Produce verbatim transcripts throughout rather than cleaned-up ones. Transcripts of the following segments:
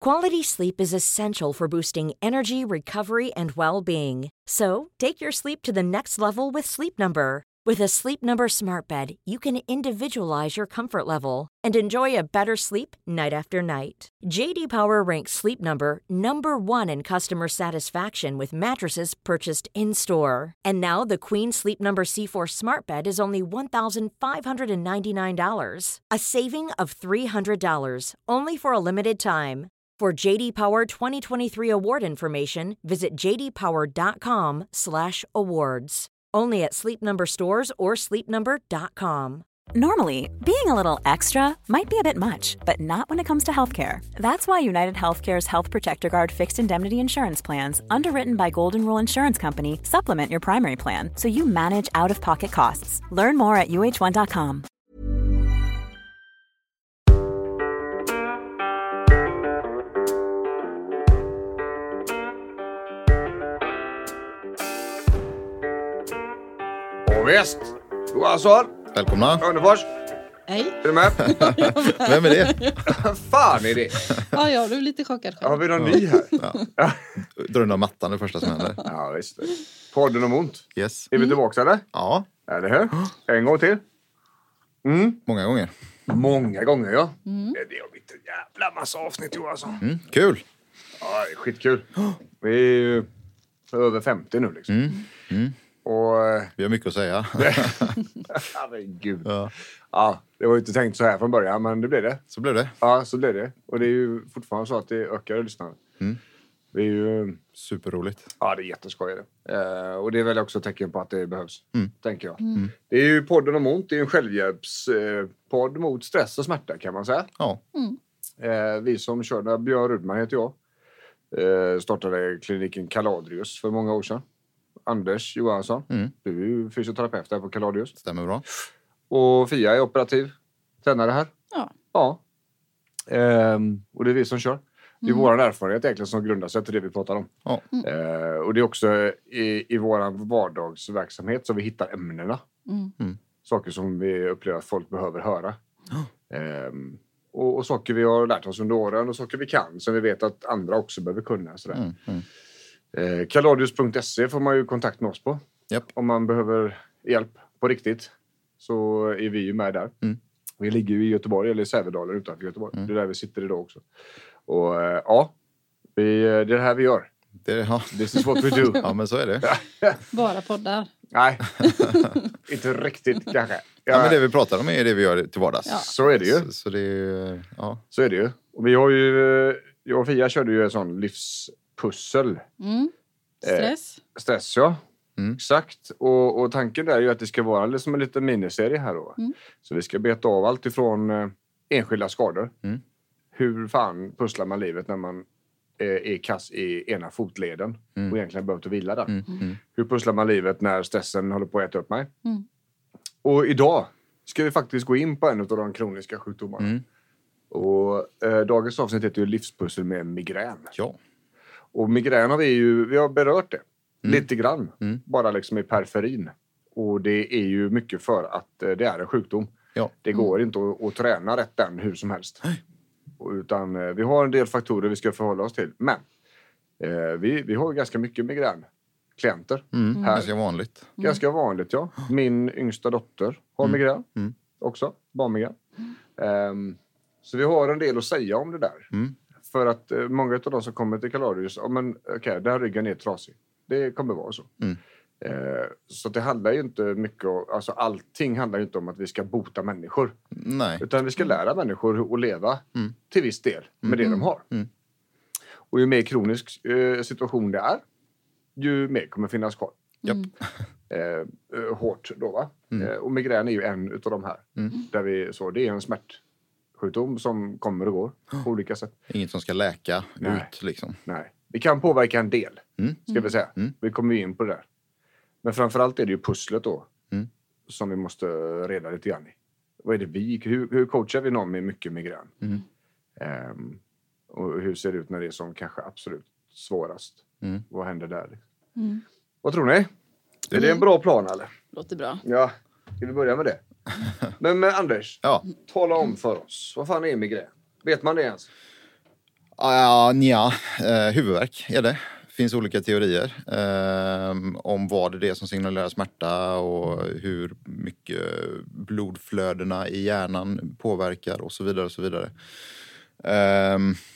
Quality sleep is essential for boosting energy, recovery, and well-being. So, take your sleep to the next level with Sleep Number. With a Sleep Number smart bed, you can individualize your comfort level and enjoy a better sleep night after night. J D Power ranks Sleep Number number one in customer satisfaction with mattresses purchased in-store. And now the Queen Sleep Number C four smart bed is only one thousand five hundred ninety-nine dollars, a saving of three hundred dollars, only for a limited time. For J D Power twenty twenty-three award information, visit j d power dot com slash awards. Only at Sleep Number stores or sleep number dot com. Normally, being a little extra might be a bit much, but not when it comes to healthcare. That's why United Healthcare's Health Protector Guard fixed indemnity insurance plans, underwritten by Golden Rule Insurance Company, supplement your primary plan so you manage out-of-pocket costs. Learn more at u h one dot com. Och visst, Johansson. Välkomna. Underfors. Hej. Är du med? Vem är det? Vad fan är det? Ja, jag blev lite chockad själv. Har vi någon ny här? Ja. Drar undan mattan det första som händer. Ja, visst. Podden om ont. Yes. Är vi tillbaka eller? Ja. Är det här? En gång till. Mm. Många gånger. Många gånger, ja. Mm. Det har blivit en jävla massa avsnitt, Johansson. Mm. Kul. Ja, det är skitkul. Vi är ju över femtio nu liksom. Mm. Mm. Och... Vi har mycket att säga. Herregud. Ja. Ja, det var ju inte tänkt så här från början, men det blev det. Så blev det. Ja, så blev det. Och det är ju fortfarande så att det ökar lyssnare. Mm. Det är ju... Superroligt. Ja, det är jätteskojigt. Uh, och det är väl också ett tecken på att det behövs, Mm. tänker jag. Mm. Det är ju podden om ont. Det är ju en självhjälpspodd uh, mot stress och smärta, kan man säga. Ja. Mm. Uh, vi som kör där, Björn Rudman heter jag. Uh, startade kliniken Kaladius för många år sedan. Anders Johansson. Mm. Du är ju fysioterapeut där på Kaladius. Stämmer bra. Och Fia är operativ tränare här. Ja. Ja. Um, och det är vi som kör. Det är Mm. vår erfarenhet egentligen som grundar sig till det vi pratar om. Ja. Uh, och det är också i, i vår vardagsverksamhet som vi hittar ämnena. Mm. Mm. Saker som vi upplever att folk behöver höra. Um, och, och saker vi har lärt oss under åren och saker vi kan som vi vet att andra också behöver kunna. Sådär. Mm. Mm. Uh, Kaladius punkt se får man ju kontakt med oss på. Japp. Om man behöver hjälp på riktigt så är vi ju med där. Mm. Vi ligger ju i Göteborg, eller i Sävedalen utanför Göteborg. Mm. Det är där vi sitter idag också. Och uh, ja, vi, det är det här vi gör. Det, ja. This is what we do. Ja, men så är det. Bara poddar. Nej, inte riktigt kanske. Ja, Ja, men det vi pratar om är det vi gör till vardags. Ja. Så är det ju. Så, så det är, ja. Så är det ju. Och vi har ju, jag och Fia körde ju en sån livspussel. Mm. Stress. Eh, stress, ja. Mm. Exakt. Och, och tanken där är ju att det ska vara liksom en liten miniserie här då. Mm. Så vi ska beta av allt ifrån eh, enskilda skador. Mm. Hur fan pusslar man livet när man eh, är kass i ena fotleden Mm. och egentligen behövt att vila där. Mm. Mm. Hur pusslar man livet när stressen håller på att äta upp mig? Mm. Och idag ska vi faktiskt gå in på en av de kroniska sjukdomarna. Mm. Och eh, dagens avsnitt heter ju livspussel med migrän. Ja. Och migrän har vi ju, vi har berört det. Mm. Lite grann. Mm. Bara liksom i periferin. Och det är ju mycket för att eh, det är en sjukdom. Ja. Det går inte att, att träna rätt den hur som helst. Och, utan eh, vi har en del faktorer vi ska förhålla oss till. Men eh, vi, vi har ju ganska mycket migränklienter. Mm. Här. Ganska vanligt. Ganska vanligt, ja. Min yngsta dotter har Mm. migrän Mm. också. Barnmigrän. Um, så vi har en del att säga om det där. Mm. För att uh, många av de som kommer till Kaladius, ja men okej, okay, där ryggen är trasig. Det kommer vara så. Mm. Uh, så det handlar ju inte mycket om, alltså allting handlar ju inte om att vi ska bota människor. Nej. Utan vi ska lära människor att leva Mm. till viss del med det de har. Mm. Och ju mer kronisk uh, situation det är, ju mer kommer finnas kvar. Japp. Eh, eh, hårt då va. Mm. Eh, och migrän är ju en utav de här. Mm. Där vi, så, det är en smärtsjukdom som kommer och går på olika sätt. Inget som ska läka Nej. ut liksom. Nej. Det kan påverka en del, Mm. ska vi säga. Mm. Vi kommer ju in på det där. Men framförallt är det ju pusslet då. Mm. Som vi måste reda lite grann i. Vad är det vi, hur, hur coachar vi någon med mycket migrän? Mm. Ehm, och hur ser det ut när det är som kanske absolut svårast? Mm. Vad händer där? Mm. Vad tror ni? Är det en bra plan eller? Låter bra. Ja, ska vi börja med det? Men, men Anders, Ja. tala om för oss. Vad fan är migrän? Vet man det ens? Ja, nja, eh, huvudvärk är det. Det finns olika teorier eh, om vad det är som signalerar smärta och hur mycket blodflödena i hjärnan påverkar och så vidare och så vidare. Eh,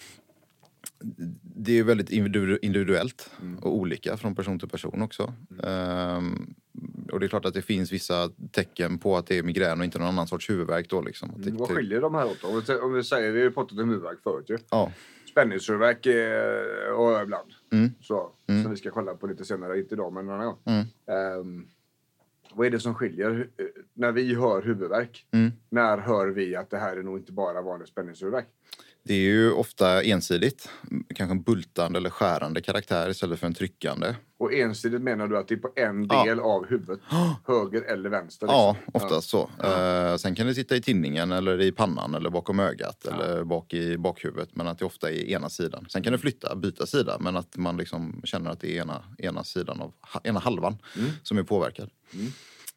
det är väldigt individu- individuellt och olika från person till person också. Eh, och det är klart att det finns vissa tecken på att det är migrän och inte någon annan sorts huvudvärk då liksom. Att det, Mm, vad skiljer de här åt då? Om vi, om vi säger, vi har ju pratat om huvudvärk förut ju. Ja. Spänningshuvudvärk eh, och ibland. Mm. Så, Mm. som vi ska kolla på lite senare, inte idag men en annan gång. Mm. Ehm, vad är det som skiljer? Hu- När vi hör huvudvärk, Mm. när hör vi att det här är nog inte bara vanlig spänningshuvudvärk? Det är ju ofta ensidigt, kanske en bultande eller skärande karaktär istället för en tryckande. Och ensidigt menar du att det är på en Ja. del av huvudet, höger eller vänster? Liksom. Ja, oftast så. Eh, sen kan det sitta i tinningen eller i pannan eller bakom ögat eller bak i bakhuvudet. Men att det ofta är ena sidan. Sen kan det flytta, byta sida. Men att man liksom känner att det är ena, ena sidan av ena halvan Mm. som är påverkad. Mm.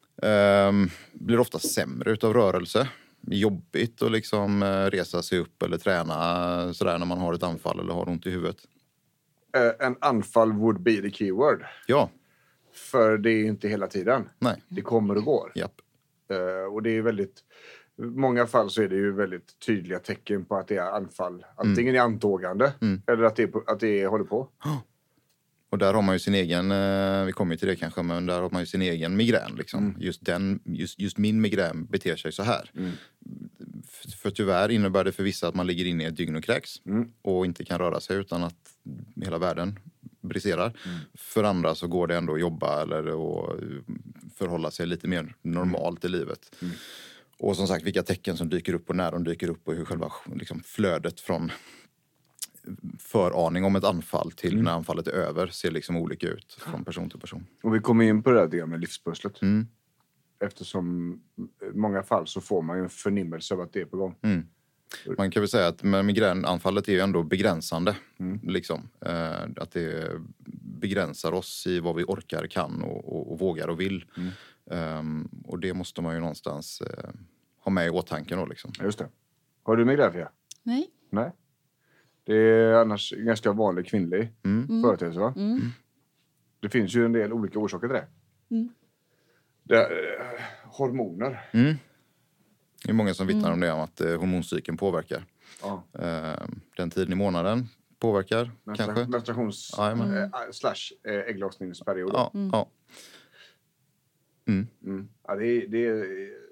Eh, blir ofta sämre utav rörelse. Jobbigt att liksom eh, resa sig upp eller träna sådär när man har ett anfall eller har ont i huvudet. Eh, en anfall would be the keyword. Ja, För det är inte hela tiden. nej, Det kommer och går. japp. Eh, och det är väldigt... I många fall så är det ju väldigt tydliga tecken på att det är anfall. Antingen i antågande Mm. eller att det, är på, att det håller på. Och där har man ju sin egen, eh, vi kommer ju till det kanske, men där har man ju sin egen migrän liksom. Mm. Just, den, just, just min migrän beter sig så här. Mm. För, för tyvärr innebär det för vissa att man ligger inne i ett dygn och kräks. Mm. Och inte kan röra sig utan att hela världen briserar. Mm. För andra så går det ändå att jobba eller att förhålla sig lite mer normalt i livet. Mm. Och som sagt, vilka tecken som dyker upp och när de dyker upp och hur själva liksom, flödet från föraning om ett anfall till Mm. när anfallet är över ser liksom olika ut från person till person. Och vi kommer in på det här med livspusslet. Mm. Eftersom i många fall så får man ju en förnimmelse av att det är på gång. Mm. Man kan väl säga att med migränanfallet är ju ändå begränsande. Mm. Liksom. Eh, att det begränsar oss i vad vi orkar, kan och, och, och vågar och vill. Mm. Um, och det måste man ju någonstans eh, ha med i åtanke då liksom. Just det. Har du migrän, Fia? Nej. Nej. Det är annars en ganska vanlig kvinnlig Mm. företeelse, va? Mm. Det finns ju en del olika orsaker till det. Mm. det eh, hormoner. Mm. Det är många som vittnar om det, om att eh, hormoncykeln påverkar. Ja. Eh, den tiden i månaden påverkar Menstrua- kanske. Menstruations... Ja, men- eh, slash eh, ägglossningsperiod. Ja, ja. Mm. Mm. Ja, det, är, det, är,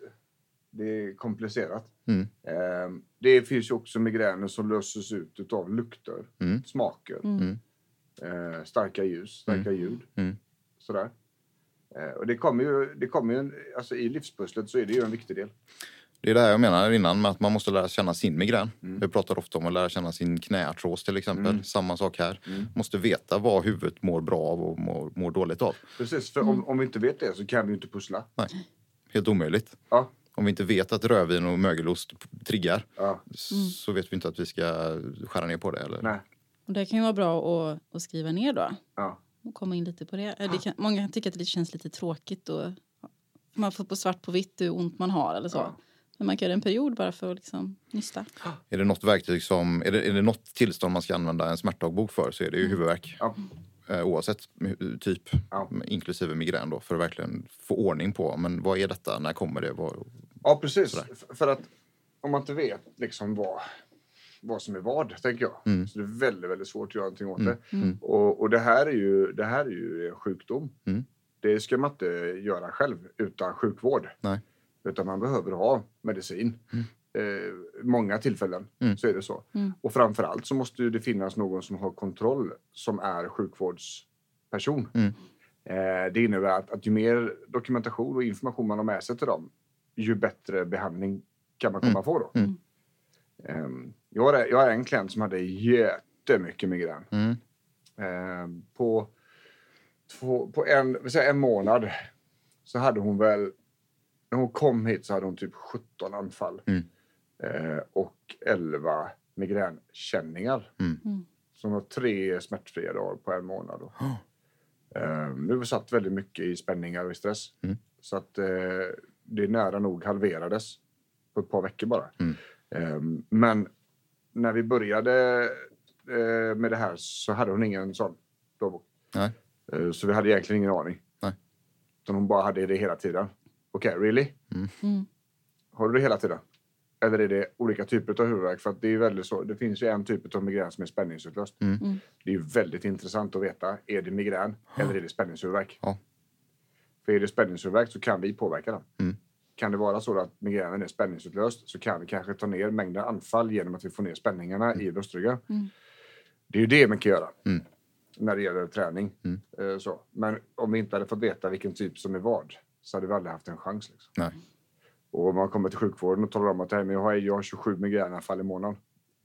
det är komplicerat. Mm. Eh, det finns ju också migräner som löses ut av lukter, Mm. smaker, Mm. eh, starka ljus, starka ljud. Mm. Sådär. Eh, och det kommer ju, det kommer ju en, alltså i livspusslet så är det ju en viktig del. Det är det här jag menar innan med att man måste lära känna sin migrän. Mm. Vi pratar ofta om att lära känna sin knäartros till exempel. Mm. Samma sak här. Mm. Måste veta vad huvudet mår bra av och mår, mår dåligt av. Precis, för om, om vi inte vet det så kan vi ju inte pussla. Nej, helt omöjligt. Ja, Om vi inte vet att rödvin och mögelost triggar ja, så vet vi inte att vi ska skära ner på det. Eller? nej, Och det kan ju vara bra att, att skriva ner då. ja. Och komma in lite på det. Eh, det kan, många kan tycka att det känns lite tråkigt. Och, man får på svart på vitt hur ont man har eller så. Ja. Men man kan göra en period bara för att liksom nysta. Är det något verktyg som, är det, är det något tillstånd man ska använda en smärtdagbok för så är det ju huvudvärk. Ja. Eh, oavsett typ, Ja. inklusive migrän då, för att verkligen få ordning på, men vad är detta, när kommer det? Vad, Ja, precis. Sådär. F- För att om man inte vet liksom vad, vad som är vad, tänker jag. Mm. Så det är väldigt, väldigt svårt att göra någonting åt Mm. det. Mm. Och, och det, här är ju, det här är ju en sjukdom. Mm. Det ska man inte göra själv utan sjukvård. Nej. Utan man behöver ha medicin. Mm. Eh, många tillfällen Mm. så är det så. Mm. Och framförallt så måste ju det finnas någon som har kontroll som är sjukvårdsperson. Mm. Eh, det innebär att, att ju mer dokumentation och information man har med sig till dem, ju bättre behandling kan man komma Mm. få då. Mm. Eh, jag, har, jag har en klient som hade jättemycket migrän. Mm. Eh, på två, på en, vill säga en månad så hade hon väl, när hon kom hit så hade hon typ sjutton anfall. Mm. Eh, och elva migränkänningar. Mm. Mm. Som var tre smärtfria dagar på en månad. Då. Oh. Eh, nu satt väldigt mycket i spänningar och i stress. Mm. Så att eh, det nära nog halverades på ett par veckor bara. Mm. Eh, men när vi började eh, med det här så hade hon ingen sån plånbok. Nej. Eh, så vi hade egentligen ingen aning. Nej. Utan hon bara hade det hela tiden. Okej, okay, really? Mm. Mm. Har du det hela tiden? Eller är det olika typer av huvudvärk? För att det är väldigt så. Det finns ju en typ av migrän som är spänningsutlöst. Mm. Mm. Det är ju väldigt intressant att veta. Är det migrän eller är det spänningshuvudvärk? Ja. För är det spänningshuvudvärk så kan vi påverka den. Mm. Kan det vara så att migränen är spänningsutlöst så kan vi kanske ta ner mängden anfall genom att vi får ner spänningarna mm. i bröstryggen. Mm. Det är ju det man kan göra Mm. när det gäller träning. Mm. Eh, så. Men om vi inte hade fått veta vilken typ som är vad så hade vi aldrig haft en chans. Liksom. Nej. Och om man kommer till sjukvården och talar om att jag har, jag har tjugosju migränanfall i månaden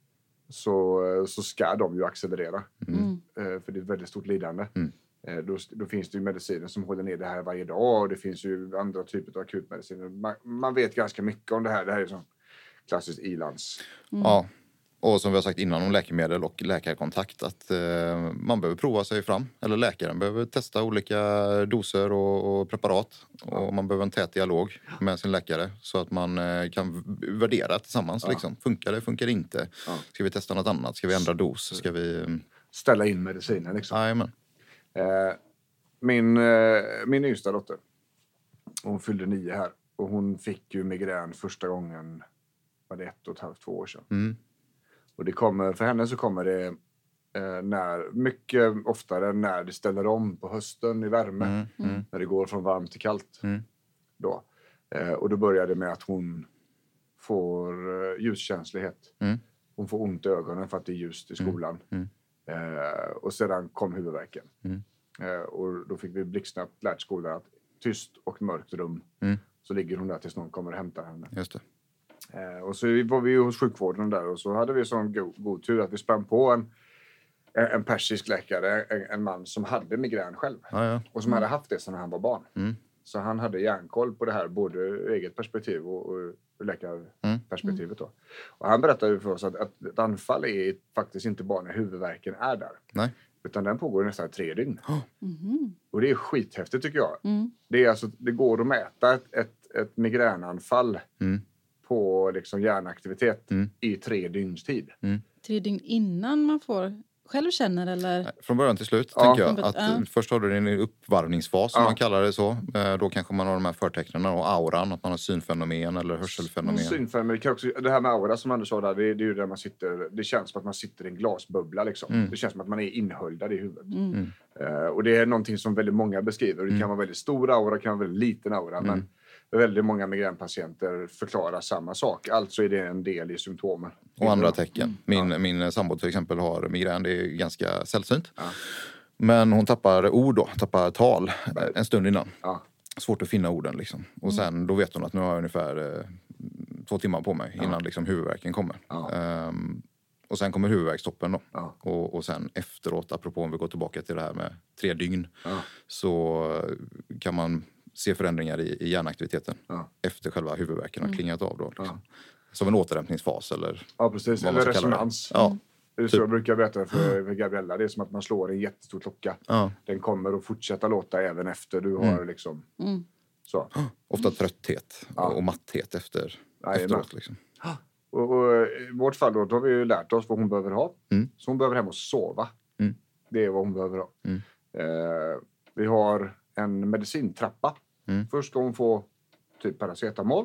så, så ska de ju accelerera. Mm. Eh, för det är ett väldigt stort lidande. Mm. Eh, då, då finns det ju mediciner som håller ner det här varje dag och det finns ju andra typer av akutmediciner. Man, man vet ganska mycket om det här. Det här är som klassiskt ilands. Mm. Ja, och som vi har sagt innan om läkemedel och läkarkontakt att eh, man behöver prova sig fram. Eller läkaren behöver testa olika doser och, och preparat. Och man behöver en tät dialog med sin läkare så att man eh, kan värdera tillsammans. Ja. Liksom. Funkar det, funkar det inte? Ja. Ska vi testa något annat? Ska vi ändra dos? Ska vi... Ställa in mediciner liksom. Jajamän. Eh, min, eh, min yngsta dotter, hon fyllde nio här och hon fick ju migrän första gången, var det ett och ett halvt, två år sedan. Mm. Och det kommer, för henne så kommer det eh, när, mycket oftare när det ställer om på hösten i värme. Mm. Mm. När det går från varmt till kallt. Mm. Då. Eh, och då börjar det med att hon får eh, ljuskänslighet. Mm. Hon får ont i ögonen för att det är ljust i skolan. Mm. Eh, och sedan kom huvudvärken. Mm. Eh, och då fick vi blixtsnabbt lärt skolan att tyst och mörkt rum. Mm. Så ligger hon där tills någon kommer och hämtar henne. Just det. Eh, och så var vi hos sjukvården där och så hade vi sån go- god tur att vi sprang på en, en persisk läkare, en, en man som hade migrän själv. Ja, ja. Och som hade haft det sedan han var barn. Mm. Så Så han hade järnkoll på det här, både ur eget perspektiv och, och ur läkarperspektivet. Då. Och han berättade för oss att, att ett anfall är faktiskt inte bara när huvudvärken är där. Nej. Utan den pågår nästan tre dygn. Mm. Och det är skithäftigt tycker jag. Mm. Det, är alltså, det går att mäta ett, ett, ett migränanfall Mm. på liksom hjärnaktivitet Mm. i tre dygns tid. Mm. Tre dygn innan man får själv känner eller? Nej, från början till slut Ja. tänker jag. Från Att, början, ja. Först har du din uppvarvningsfas som Ja. man kallar det så. Eh, Då kanske man har de här förtecknen och auran, att man har synfenomen eller hörselfenomen. Synfenomen, det, kan också, det här med aura som Anders sa där, det, det är ju där man sitter, det känns som att man sitter i en glasbubbla liksom. Mm. Det känns som att man är inhöljd där i huvudet. Mm. Eh, och det är någonting som väldigt många beskriver. Det Mm. kan vara väldigt stor aura, det kan vara väldigt liten aura. Men väldigt många migränpatienter förklarar samma sak. Alltså är det en del i symptomen. Och andra tecken. Min, min sambo till exempel har migrän, det är ganska sällsynt. Ja. Men hon tappar ord då, tappar tal en stund innan. Ja. Svårt att finna orden liksom. Och sen då vet hon att nu har jag ungefär eh, två timmar på mig innan liksom huvudvärken kommer. Ja. Ehm, och sen kommer huvudvärkstoppen då. Ja. Och, och sen efteråt, apropå om vi går tillbaka till det här med tre dygn. Ja. Så kan man se förändringar i, i hjärnaktiviteten. Ja. Efter själva huvudvärken har Mm. klingat av då. Liksom. Ja. Som en återhämtningsfas eller Ja, precis. vad man Eller ska kalla det. resonans. Ja. Det är så jag brukar berätta för, för Gabriella. Det är som att man slår en jättestor klocka. Ja. Den kommer att fortsätta låta även efter du har liksom... Mm. Så. Ofta trötthet Ja. och matthet efter, Jajamän. efteråt. Liksom. Och, och i vårt fall då, då har vi ju lärt oss vad hon behöver ha. Mm. Så hon behöver hem och sova. Mm. Det är vad hon behöver ha. Mm. Eh, vi har en medicintrappa. Mm. Först ska hon få typ paracetamol.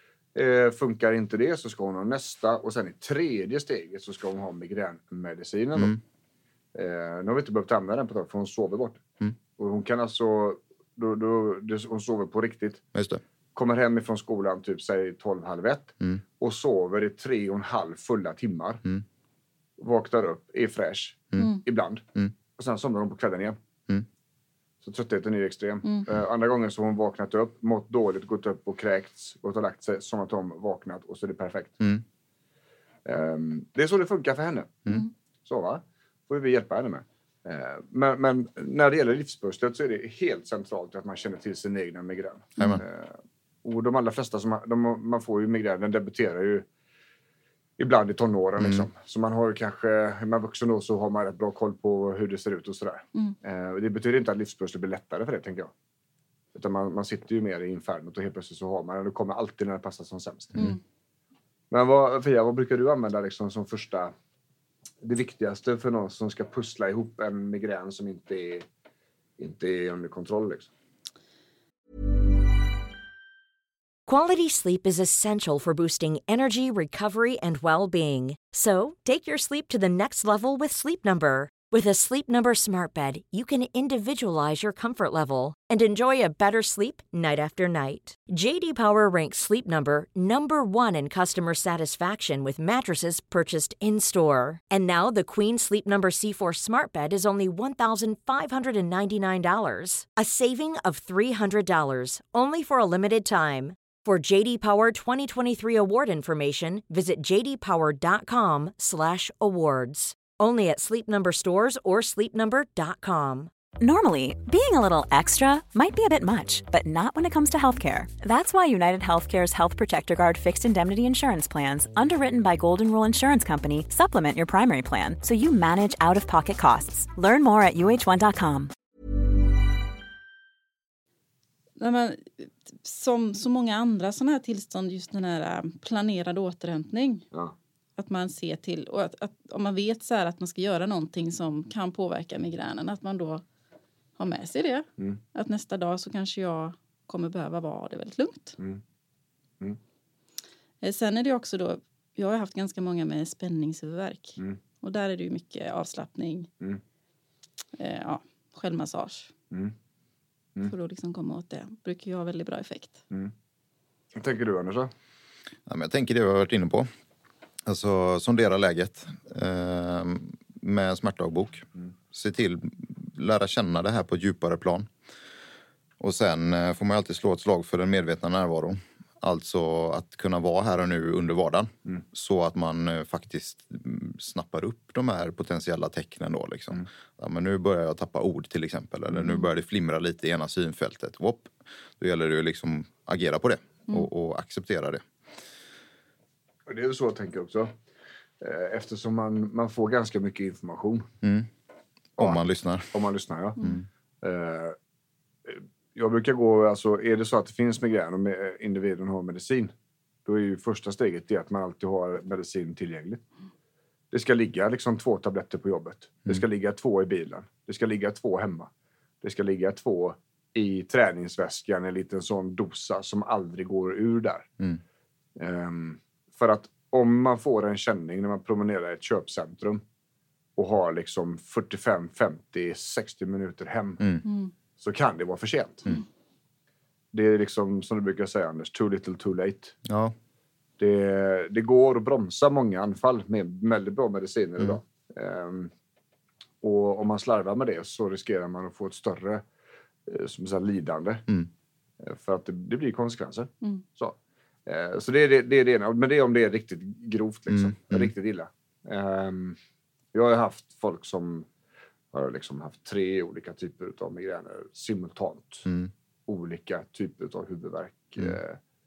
Eh, funkar inte det så ska hon ha nästa. Och sen i tredje steget så ska hon ha migränmedicinen. Då. Mm. Eh, nu har vi inte behövt använda den på ett tag för hon sover bort. Mm. Och hon kan alltså... Då, då, det, hon sover på riktigt. Just det. Kommer hem ifrån skolan typ säg tolv, halv ett. Mm. Och sover i tre och en halv fulla timmar. Mm. Vaknar upp, är fräsch. Mm. Ibland. Mm. Och sen somnar hon på kvällen igen. Mm. Så tröttheten är extrem. Mm. Eh, andra gången så har hon vaknat upp, mått dåligt, gått upp och kräkts. Gått och lagt sig, somnat om, vaknat och så är det perfekt. Mm. Ehm, det är så det funkar för henne. Mm. Så va? Får vi hjälpa henne med. Ehm, men, men när det gäller livspusslet så är det helt centralt att man känner till sin egna migrän. Jajamän. Ehm, och de allra flesta som har, de, man får ju migrän, den debuterar ju ibland i tonåren. Mm. Liksom. Så man har ju kanske, är man vuxen då så har man rätt bra koll på hur det ser ut och sådär. Mm. Ehm, det betyder inte att livspusslet blir lättare för det, tänker jag. Utan man, man sitter ju mer i infernot och helt plötsligt så har man det. Det kommer alltid när det passar som sämst. Mm. Men vad, Fia, vad brukar du använda liksom som första det viktigaste för någon som ska pussla ihop en migrän som inte är, inte är under kontroll. Liksom. Quality sleep is essential for boosting energy, recovery, and well-being. So, take your sleep to the next level with Sleep Number. With a Sleep Number smart bed, you can individualize your comfort level and enjoy a better sleep night after night. J D Power ranks Sleep Number number one in customer satisfaction with mattresses purchased in-store. And now the Queen Sleep Number C four smart bed is only one thousand five hundred ninety-nine dollars, a saving of three hundred dollars, only for a limited time. For J D Power twenty twenty-three award information, visit j d power dot com slash awards. Only at Sleep Number stores or sleep number dot com. Normally, being a little extra might be a bit much, but not when it comes to healthcare. That's why United Healthcare's Health Protector Guard fixed indemnity insurance plans, underwritten by Golden Rule Insurance Company, supplement your primary plan so you manage out-of-pocket costs. Learn more at u h one dot com. Nej, men, som så många andra sådana här tillstånd, just den här planerad återhämtning. Ja. Att man ser till, och att, att om man vet så här att man ska göra någonting som kan påverka migränen, att man då har med sig det. Mm. Att nästa dag så kanske jag kommer behöva vara det väldigt lugnt. Mm. Mm. Sen är det också då, jag har haft ganska många med spänningshuvudvärk. Mm. Och där är det ju mycket avslappning, Mm. eh, ja, självmassage. Mm. Mm. För att liksom komma åt det. Brukar ju ha väldigt bra effekt. Mm. Vad tänker du, Anders? Ja, men jag tänker det vi har varit inne på. Alltså sondera läget eh, med en smärtdagbok. Mm. Se till, lära känna det här på ett djupare plan. Och sen eh, får man alltid slå ett slag för den medvetna närvaron. Alltså att kunna vara här och nu under vardagen. Mm. Så att man eh, faktiskt snappar upp de här potentiella tecknen då liksom. Mm. Ja, men nu börjar jag tappa ord till exempel. Eller mm. nu börjar det flimra lite i ena synfältet. Whoop. Då gäller det ju liksom agera på det. Mm. Och, och acceptera det. Det är så jag tänker också. Eftersom man, man får ganska mycket information. Mm. Om ja, man lyssnar. Om man lyssnar, ja. Mm. Uh, jag brukar gå, alltså är det så att det finns migrän och individen har medicin, då är ju första steget det att man alltid har medicin tillgänglig. Det ska ligga liksom två tabletter på jobbet. Mm. Det ska ligga två i bilen. Det ska ligga två hemma. Det ska ligga två i träningsväskan, en liten sån dosa som aldrig går ur där. Mm. Um, för att om man får en känning när man promenerar i ett köpcentrum och har liksom fyrtiofem, femtio, sextio minuter hem, mm. Mm. så kan det vara för sent. Mm. Det är liksom som du brukar säga, Anders, too little too late. Ja. Det, det går att bromsa många anfall med väldigt bra mediciner mm. idag. Um, och om man slarvar med det så riskerar man att få ett större uh, som så här, lidande. Mm. Uh, för att det, det blir konsekvenser. Mm. Så. Uh, så det är det, det är det ena. Men det är om det är riktigt grovt liksom. Mm. Mm. Riktigt illa. Um, jag har haft folk som har liksom haft tre olika typer av migräner simultant. Mm. Olika typer av huvudvärk. Mm. Uh,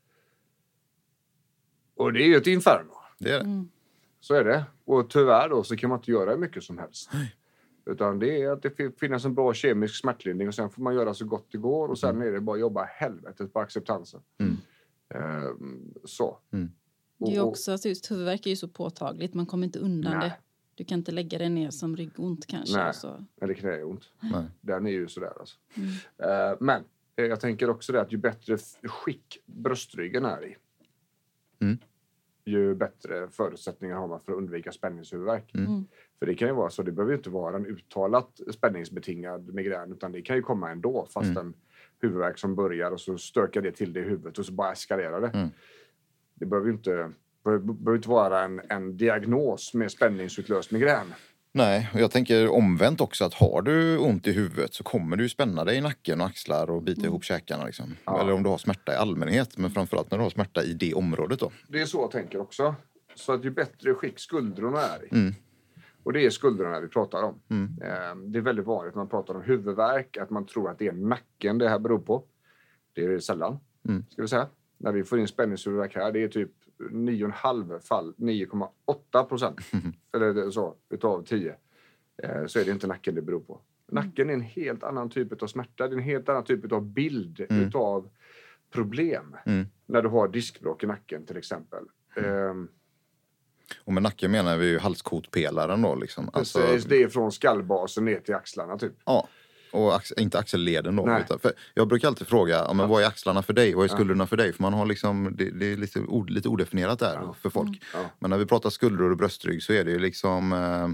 och det är ju ett inferno. Det är det. Mm. Så är det. Och tyvärr då så kan man inte göra hur mycket som helst. Nej. Utan det är att det finns en bra kemisk smärtlindring och sen får man göra så gott det går. Och sen mm. är det bara att jobba helvetet på acceptansen. Mm. Um, så. Mm. Det är också att just huvudvärk är ju så påtagligt. Man kommer inte undan nej. det. Du kan inte lägga det ner som ryggont kanske. Nej, så. eller knäont. Nej. Den är ju sådär alltså. Mm. Uh, men uh, jag tänker också det att ju bättre skick bröstryggen är i. Mm. Ju bättre förutsättningar har man för att undvika spänningshuvudvärk. Mm. Mm. För det kan ju vara så, det behöver ju inte vara en uttalat spänningsbetingad migrän, utan det kan ju komma ändå, fast mm. en huvudvärk som börjar och så stökar det till det i huvudet och så bara eskalerar det. Mm. Det behöver ju inte, behöver, behöver inte vara en, en diagnos med spänningsutlöst migrän. Nej, och jag tänker omvänt också att har du ont i huvudet så kommer du spänna dig i nacken och axlar och bita mm. ihop käkarna liksom. Ja. Eller om du har smärta i allmänhet, men framförallt när du har smärta i det området då. Det är så jag tänker också. Så att ju bättre skick skuldrorna är i. Mm. Och det är skuldrorna vi pratar om. Mm. Det är väldigt vanligt att man pratar om huvudvärk, att man tror att det är nacken det här beror på. Det är sällan, mm. ska vi säga. När vi får in spänningshuvudvärk här, det är typ nio komma fem fall, nio komma åtta procent mm. eller så, utav tio. Så är det inte nacken det beror på. Nacken är en helt annan typ av smärta. Det är en helt annan typ av bild mm. utav problem. Mm. När du har diskbråck i nacken till exempel. Mm. Um, Och med nacken menar vi ju halskotpelaren då liksom. Precis, alltså, det är från skallbasen ner till axlarna typ. Ja, och ax- inte axelleden då. Nej. Utan, för jag brukar alltid fråga, ja, men vad är axlarna för dig? Vad är skulderna för dig? För man har liksom, det, det är lite, ord, lite odefinierat där Ja. för folk. Mm. Ja. Men när vi pratar skulder och bröstrygg så är det ju liksom... Eh,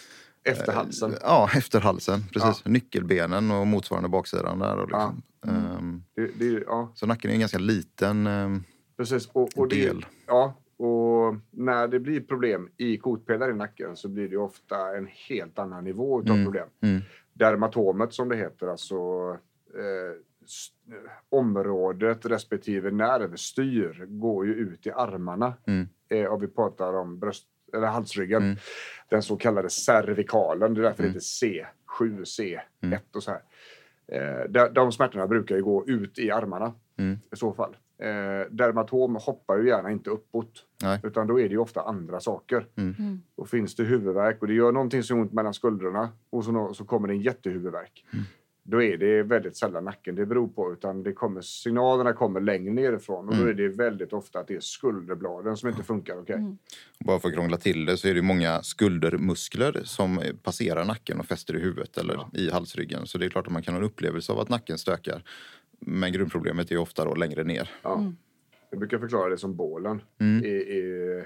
Efter halsen. Ja, efter halsen, precis. Ja. Nyckelbenen och motsvarande baksidan där. Och liksom. Ja. Mm. Ehm, Det, det, ja. Så nacken är en ganska liten ehm, Precis. Och, och det, del. ja, och när det blir problem i kotpelare i nacken så blir det ofta en helt annan nivå av Mm. problem. Mm. Dermatomet som det heter, alltså eh, s- området respektive nervstyr går ju ut i armarna. Mm. Eh, och vi pratar om bröst, eller halsryggen. Mm. Den så kallade cervikalen, det är därför Mm. det heter C sju, C ett och så här. Eh, de, de smärtorna brukar ju gå ut i armarna Mm. i så fall. Eh, dermatom hoppar ju gärna inte uppåt. Nej. Utan då är det ju ofta andra saker. Mm. Då finns det huvudvärk och det gör någonting som ont mellan skuldrorna och så, så kommer det en jättehuvudvärk. Mm. Då är det väldigt sällan nacken det beror på, utan det kommer, signalerna kommer längre nerifrån och då Mm. är det väldigt ofta att det är skulderbladen som inte funkar okej. Mm. Bara för att krångla till det så är det många skuldermuskler som passerar nacken och fäster i huvudet eller Ja. i halsryggen. Så det är klart att man kan ha en upplevelse av att nacken stökar. Men grundproblemet är ofta då längre ner. Ja. Mm. Jag brukar förklara det som bålen Mm. i, i,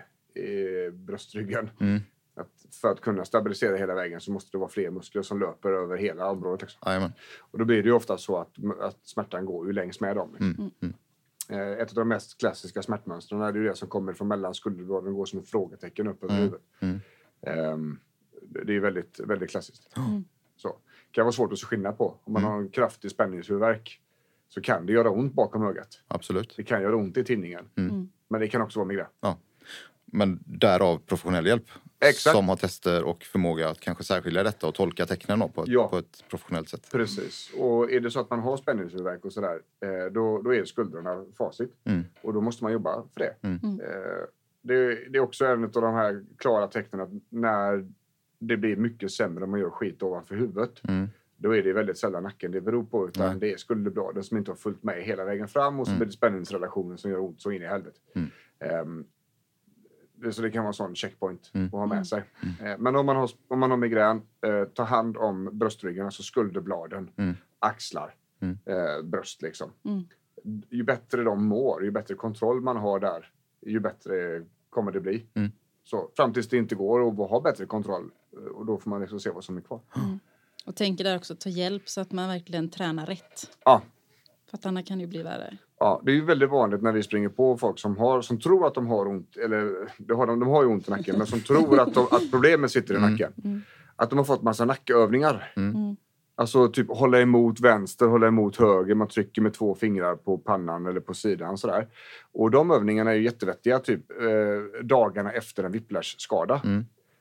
i bröstryggen. Mm. Att för att kunna stabilisera hela vägen så måste det vara fler muskler som löper över hela området. Liksom. Jajamän. Och då blir det ju ofta så att, att smärtan går ju längs med dem. Liksom. Mm. Mm. Eh, Ett av de mest klassiska smärtmönstren är det ju det som kommer från mellan skulderbladen och går som ett frågetecken upp över Mm. huvudet. Mm. Ehm, det är väldigt, väldigt klassiskt. Mm. Så. Det kan vara svårt att se skillnad på. Om man Mm. har en kraftig spänningshuvudvärk så kan det göra ont bakom ögat. Absolut. Det kan göra ont i tinningen. Mm. Men det kan också vara migrän. Ja. Men därav professionell hjälp. Exakt. Som har tester och förmåga att kanske särskilja detta och tolka tecknen då på ett, Ja. på ett professionellt sätt. Precis. Och är det så att man har spänningshuvudvärk och sådär, eh, då, då är skuldrorna facit. Mm. Och då måste man jobba för det. Mm. Mm. Eh, det, det är också en av de här klara tecknen att när det blir mycket sämre om man gör skit ovanför huvudet, Mm. då är det väldigt sällan nacken det beror på, utan Nej. det är skulderbladen som inte har följt med hela vägen fram och så Mm. blir det spänningsrelationen som gör ont så in i helvete. Mm. Ehm, det, så det kan vara en sån checkpoint Mm. att ha med sig. Eh, men om man har, om man har migrän, eh, ta hand om bröstryggen, alltså skulderbladen, Mm. axlar, Mm. eh, bröst liksom. Mm. Ju bättre de mår, ju bättre kontroll man har där, ju bättre kommer det bli. Mm. Så, fram tills det inte går att ha bättre kontroll. Och då får man liksom se vad som är kvar. Och tänker där också ta hjälp så att man verkligen tränar rätt. Ja, För att annars kan det ju bli värre. ja, det är ju väldigt vanligt när vi springer på folk som, har, som tror att de har ont, eller det har de, de har ju ont i nacken, men som tror att, de, att problemet sitter i nacken. Mm. Att de har fått massa nackövningar. Mm. Alltså typ hålla emot vänster, hålla emot höger. Man trycker med två fingrar på pannan eller på sidan sådär. Och de övningarna är ju jättevettiga typ eh, dagarna efter en whiplash-skada. Mm.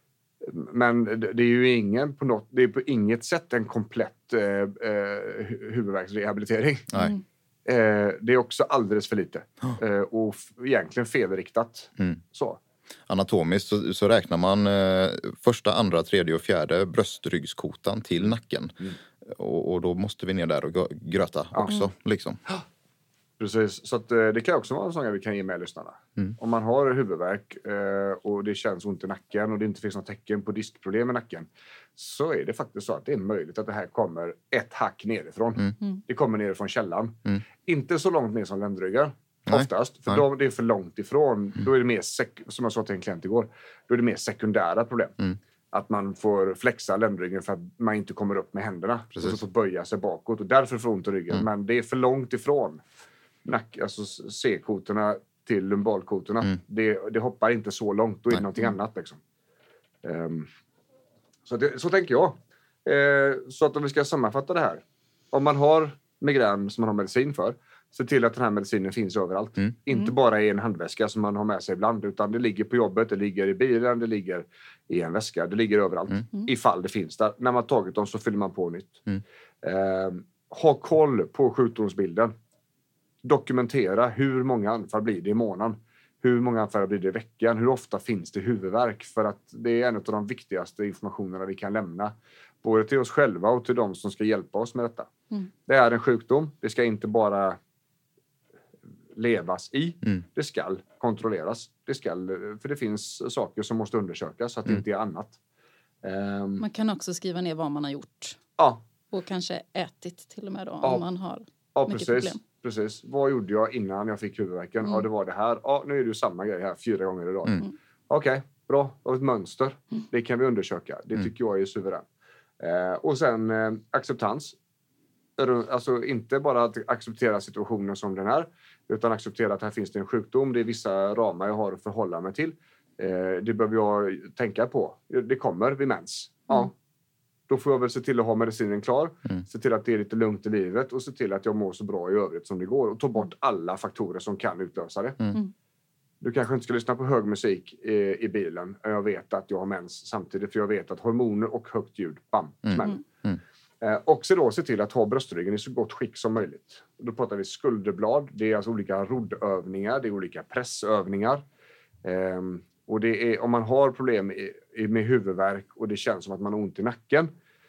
Men det, det är ju ingen på något, det är på inget sätt en komplett eh, eh, hu- huvudvärksrehabilitering. Nej. Mm. Eh, det är också alldeles för lite. Eh, och f- egentligen felriktat. Mm. Så. Anatomiskt så, så räknar man eh, första, andra, tredje och fjärde bröstryggskotan till nacken. Mm. Och, och då måste vi ner där och gö- gröta också. Liksom. Precis, så att, eh, det kan också vara en sån här vi kan ge med lyssnarna. Mm. Om man har huvudvärk eh, och det känns ont i nacken och det inte finns något tecken på diskproblem i nacken, så är det faktiskt så att det är möjligt att det här kommer ett hack nerifrån. Mm. Mm. Det kommer nerifrån källan. Mm. Inte så långt ner som ländryggar. Nej. Oftast, för Nej. de, det är för långt ifrån. Då är det mer, sek- som jag sa till en klient igår, då är det mer sekundära problem. Mm. Att man får flexa ländryggen för att man inte kommer upp med händerna. Precis. Och så får böja sig bakåt och därför får ont i ryggen. Mm. Men det är för långt ifrån nack, alltså C-kotorna till lumbalkotorna. Mm. Det, det hoppar inte så långt, då är det Nej. någonting annat. Liksom. Ehm, så, det, så tänker jag. Eh, så att om vi ska sammanfatta det här. Om man har migrän som man har medicin för, se till att den här medicinen finns överallt. Mm. Inte bara i en handväska som man har med sig ibland, utan det ligger på jobbet, det ligger i bilen, det ligger i en väska, det ligger överallt. Mm. Ifall det finns där. När man har tagit dem så fyller man på nytt. Mm. Eh, ha koll på sjukdomsbilden. Dokumentera hur många anfall blir det i månaden. Hur många anfall blir det i veckan? Hur ofta finns det huvudvärk? För att det är en av de viktigaste informationerna vi kan lämna. Både till oss själva och till de som ska hjälpa oss med detta. Mm. Det är en sjukdom. Det ska inte bara levas i. Mm. Det ska kontrolleras. Det ska, för det finns saker som måste undersökas så att det Mm. inte är annat. Um, Man kan också skriva ner vad man har gjort. Ja. Och kanske ätit till och med då, Ja. om man har Ja, mycket precis, problem. precis. Vad gjorde jag innan jag fick huvudvärken? Mm. Ja, det var det här. Ja, nu är det ju samma grej här fyra gånger idag. Mm. Okej, okay, bra. Och ett mönster. Mm. Det kan vi undersöka. Det Mm. tycker jag är suveränt. Eh, och sen eh, acceptans. Alltså inte bara att acceptera situationen som den är, utan acceptera att här finns det en sjukdom. Det är vissa ramar jag har att förhålla mig till. Eh, det behöver jag tänka på. Det kommer vid mens. Ja. Mm. Då får jag väl se till att ha medicinen klar. Mm. Se till att det är lite lugnt i livet. Och se till att jag mår så bra i övrigt som det går. Och ta bort alla faktorer som kan utlösa det. Mm. Du kanske inte ska lyssna på hög musik i, i bilen. Jag vet att jag har mens samtidigt. För jag vet att hormoner och högt ljud, bam, Mm. smäller. Mm. Eh, också då se till att ha bröstryggen i så gott skick som möjligt. Då pratar vi skulderblad. Det är alltså olika roddövningar. Det är olika pressövningar. Eh, och det är, om man har problem i, i, med huvudvärk och det känns som att man har ont i nacken,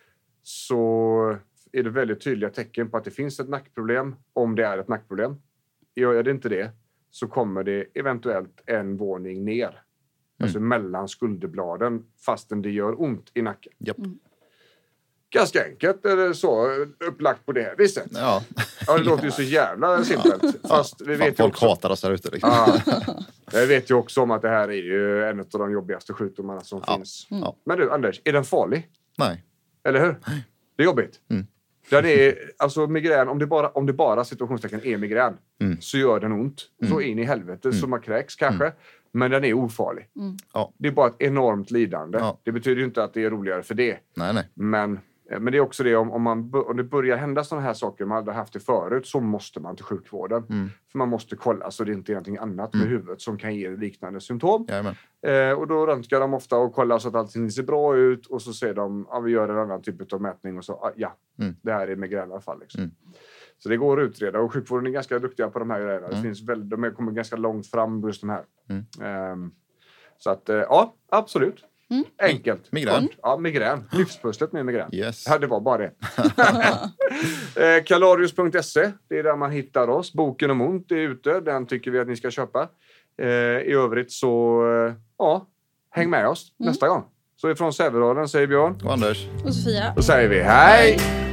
så är det väldigt tydliga tecken på att det finns ett nackproblem, om det är ett nackproblem. Gör det inte det, så kommer det eventuellt en våning ner. Mm. Alltså mellan skulderbladen, fastän det gör ont i nacken. Japp. Mm. Ganska enkelt eller så, upplagt på det här viset. Ja. Ja, det låter ju så jävla simpelt. Fast vi vet ju Folk också, hatar oss där ute. Liksom. ja, jag vet ju också om att det här är ju en av de jobbigaste sjukdomarna som Ja. finns. Mm. Ja. Men du, Anders, är den farlig? Nej. Eller hur? Det är jobbigt. Mm. Den är, alltså migrän, om det bara, om det bara situationstecken är migrän, Mm. så gör den ont. Så in i helvete, så man kräks kanske. Men den är ofarlig. Mm. Ja. Det är bara ett enormt lidande. Ja. Det betyder ju inte att det är roligare för det. Nej, nej. Men, men det är också det, om, om, man, om det börjar hända sådana här saker man hade haft det förut, så måste man till sjukvården. Mm. För man måste kolla så det inte är någonting annat med huvudet som kan ge liknande symptom. Jajamän. Eh, och då röntgar de ofta och kollar så att allting ser bra ut. Och så säger de, ja, vi gör en annan typ av mätning. Och så, ah, ja, Mm. det här är migrän i alla fall. Liksom. Mm. Så det går att utreda. Och sjukvården är ganska duktiga på de här grejerna. Mm. Det finns väldigt, de kommer ganska långt fram på just de här. Mm. Ehm, så att, eh, ja, absolut. Mm. Enkelt. Migrän. Kort. Ja, migrän. Livspusslet med migrän. Yes. Ja, det var bara det. eh, Kalarius punkt se, det är där man hittar oss. Boken om ont är ute. Den tycker vi att ni ska köpa. Eh, I övrigt så, eh, ja, häng med oss Mm. nästa gång. Så ifrån Sävedalen säger Björn. Och Anders. Och Sofia. Då säger vi hej!